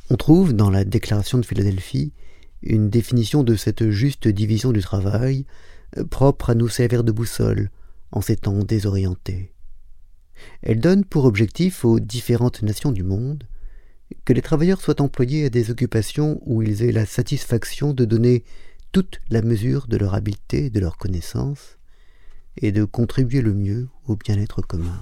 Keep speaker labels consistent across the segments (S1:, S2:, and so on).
S1: On trouve dans la Déclaration de Philadelphie une définition de cette juste division du travail, propre à nous servir de boussole en ces temps désorientés. Elle donne pour objectif aux différentes nations du monde que les travailleurs soient employés à des occupations où ils aient la satisfaction de donner toute la mesure de leur habileté et de leur connaissance et de contribuer le mieux au bien-être commun.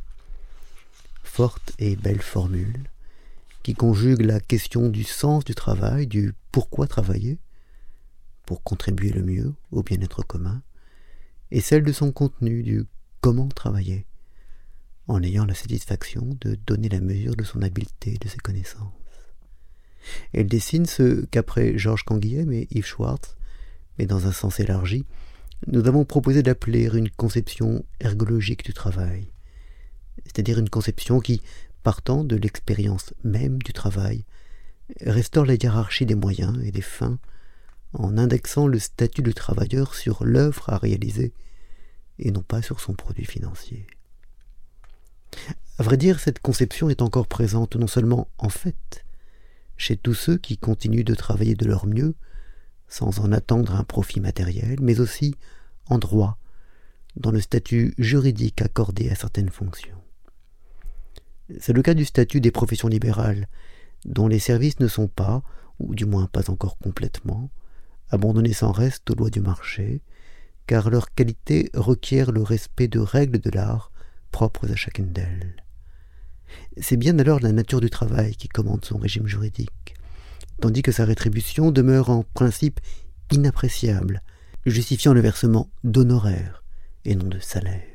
S1: Forte et belle formule qui conjugue la question du sens du travail, du pourquoi travailler, pour contribuer le mieux au bien-être commun, et celle de son contenu, du comment travailler, en ayant la satisfaction de donner la mesure de son habileté et de ses connaissances. Elle dessine ce qu'après Georges Canguilhem et Yves Schwartz, mais dans un sens élargi, nous avons proposé d'appeler une conception ergologique du travail, c'est-à-dire une conception qui, partant de l'expérience même du travail, restaure la hiérarchie des moyens et des fins en indexant le statut du travailleur sur l'œuvre à réaliser et non pas sur son produit financier. À vrai dire, cette conception est encore présente non seulement en fait, chez tous ceux qui continuent de travailler de leur mieux, sans en attendre un profit matériel, mais aussi en droit, dans le statut juridique accordé à certaines fonctions. C'est le cas du statut des professions libérales, dont les services ne sont pas, ou du moins pas encore complètement, abandonnés sans reste aux lois du marché, car leur qualité requiert le respect de règles de l'art propres à chacune d'elles. C'est bien alors la nature du travail qui commande son régime juridique, tandis que sa rétribution demeure en principe inappréciable, justifiant le versement d'honoraires et non de salaires.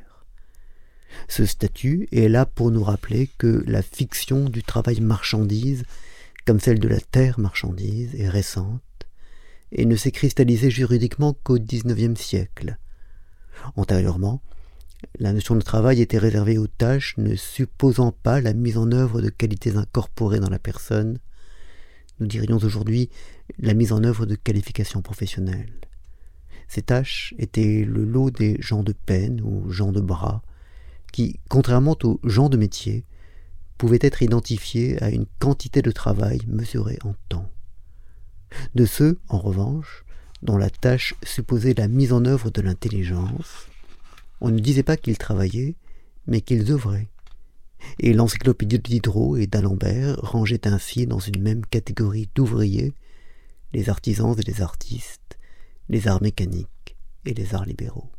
S1: Ce statut est là pour nous rappeler que la fiction du travail marchandise, comme celle de la terre marchandise, est récente et ne s'est cristallisée juridiquement qu'au XIXe siècle. Antérieurement, la notion de travail était réservée aux tâches ne supposant pas la mise en œuvre de qualités incorporées dans la personne. Nous dirions aujourd'hui la mise en œuvre de qualifications professionnelles. Ces tâches étaient le lot des gens de peine ou gens de bras, qui, contrairement aux gens de métier, pouvaient être identifiés à une quantité de travail mesurée en temps. De ceux, en revanche, dont la tâche supposait la mise en œuvre de l'intelligence, on ne disait pas qu'ils travaillaient, mais qu'ils œuvraient. Et l'encyclopédie de Diderot et d'Alembert rangeait ainsi dans une même catégorie d'ouvriers les artisans et les artistes, les arts mécaniques et les arts libéraux.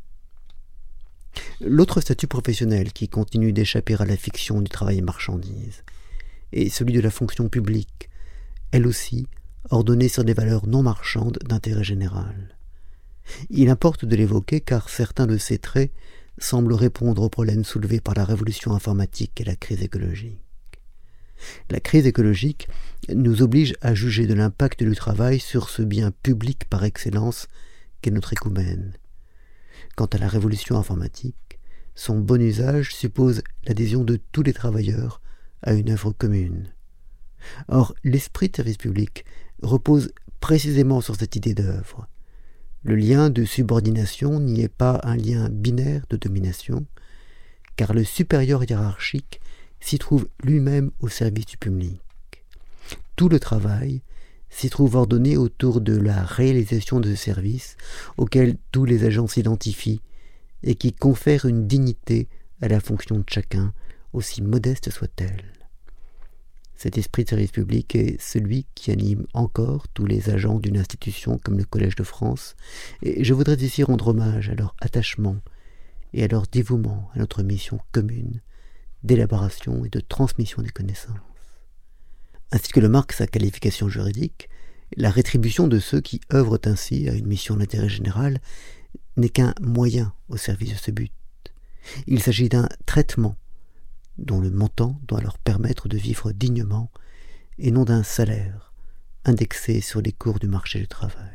S1: L'autre statut professionnel qui continue d'échapper à la fiction du travail marchandise est celui de la fonction publique, elle aussi ordonnée sur des valeurs non marchandes d'intérêt général. Il importe de l'évoquer car certains de ces traits semblent répondre aux problèmes soulevés par la révolution informatique et la crise écologique. La crise écologique nous oblige à juger de l'impact du travail sur ce bien public par excellence qu'est notre écoumène. Quant à la révolution informatique, son bon usage suppose l'adhésion de tous les travailleurs à une œuvre commune. Or, l'esprit de service public repose précisément sur cette idée d'œuvre. Le lien de subordination n'y est pas un lien binaire de domination, car le supérieur hiérarchique s'y trouve lui-même au service du public. Tout le travail s'y trouve ordonné autour de la réalisation de ce service auquel tous les agents s'identifient et qui confère une dignité à la fonction de chacun, aussi modeste soit-elle. Cet esprit de service public est celui qui anime encore tous les agents d'une institution comme le Collège de France, et je voudrais ici rendre hommage à leur attachement et à leur dévouement à notre mission commune d'élaboration et de transmission des connaissances. Ainsi que le marque sa qualification juridique, la rétribution de ceux qui œuvrent ainsi à une mission d'intérêt général n'est qu'un moyen au service de ce but. Il s'agit d'un traitement dont le montant doit leur permettre de vivre dignement et non d'un salaire indexé sur les cours du marché du travail.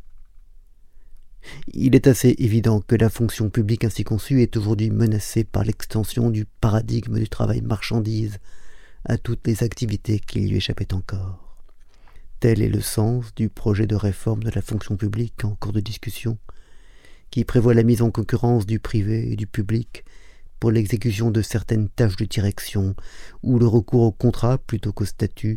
S1: Il est assez évident que la fonction publique ainsi conçue est aujourd'hui menacée par l'extension du paradigme du travail marchandise à toutes les activités qui lui échappaient encore. Tel est le sens du projet de réforme de la fonction publique en cours de discussion, qui prévoit la mise en concurrence du privé et du public pour l'exécution de certaines tâches de direction ou le recours au contrat plutôt qu'au statut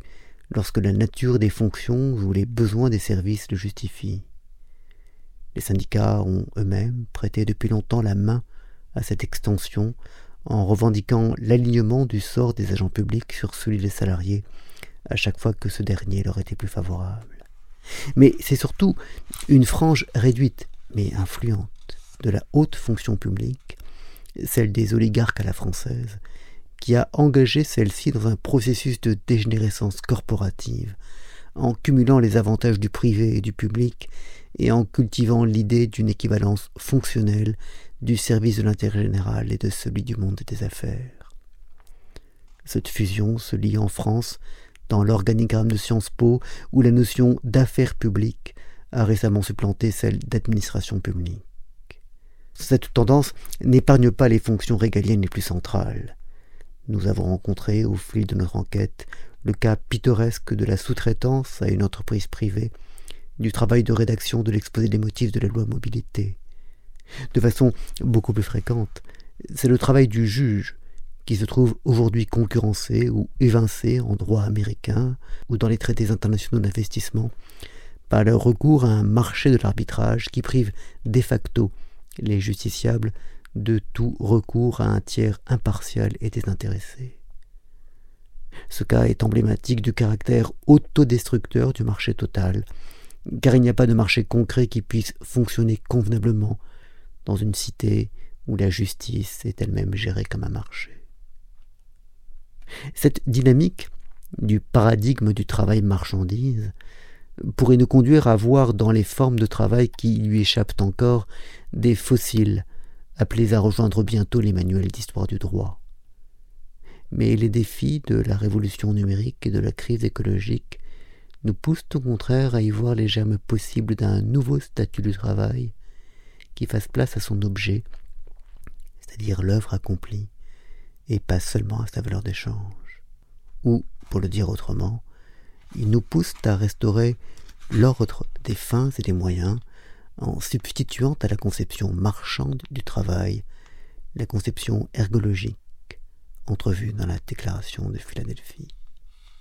S1: lorsque la nature des fonctions ou les besoins des services le justifient. Les syndicats ont eux-mêmes prêté depuis longtemps la main à cette extension en revendiquant l'alignement du sort des agents publics sur celui des salariés à chaque fois que ce dernier leur était plus favorable. Mais c'est surtout une frange réduite mais influente de la haute fonction publique, celle des oligarques à la française, qui a engagé celle-ci dans un processus de dégénérescence corporative, en cumulant les avantages du privé et du public et en cultivant l'idée d'une équivalence fonctionnelle du service de l'intérêt général et de celui du monde des affaires. Cette fusion se lie en France dans l'organigramme de Sciences Po, où la notion d'affaires publiques a récemment supplanté celle d'administration publique. Cette tendance n'épargne pas les fonctions régaliennes les plus centrales. Nous avons rencontré, au fil de notre enquête, le cas pittoresque de la sous-traitance à une entreprise privée, du travail de rédaction de l'exposé des motifs de la loi mobilité. De façon beaucoup plus fréquente, c'est le travail du juge qui se trouve aujourd'hui concurrencé ou évincé en droit américain ou dans les traités internationaux d'investissement par le recours à un marché de l'arbitrage qui prive de facto les justiciables de tout recours à un tiers impartial et désintéressé. Ce cas est emblématique du caractère autodestructeur du marché total, car il n'y a pas de marché concret qui puisse fonctionner convenablement dans une cité où la justice est elle-même gérée comme un marché. Cette dynamique du paradigme du travail marchandise pourrait nous conduire à voir dans les formes de travail qui lui échappent encore des fossiles appelés à rejoindre bientôt les manuels d'histoire du droit. Mais les défis de la révolution numérique et de la crise écologique nous poussent au contraire à y voir les germes possibles d'un nouveau statut du travail qui fasse place à son objet, c'est-à-dire l'œuvre accomplie, et pas seulement à sa valeur d'échange. Ou, pour le dire autrement, ils nous poussent à restaurer l'ordre des fins et des moyens en substituant à la conception marchande du travail la conception ergologique entrevue dans la Déclaration de Philadelphie.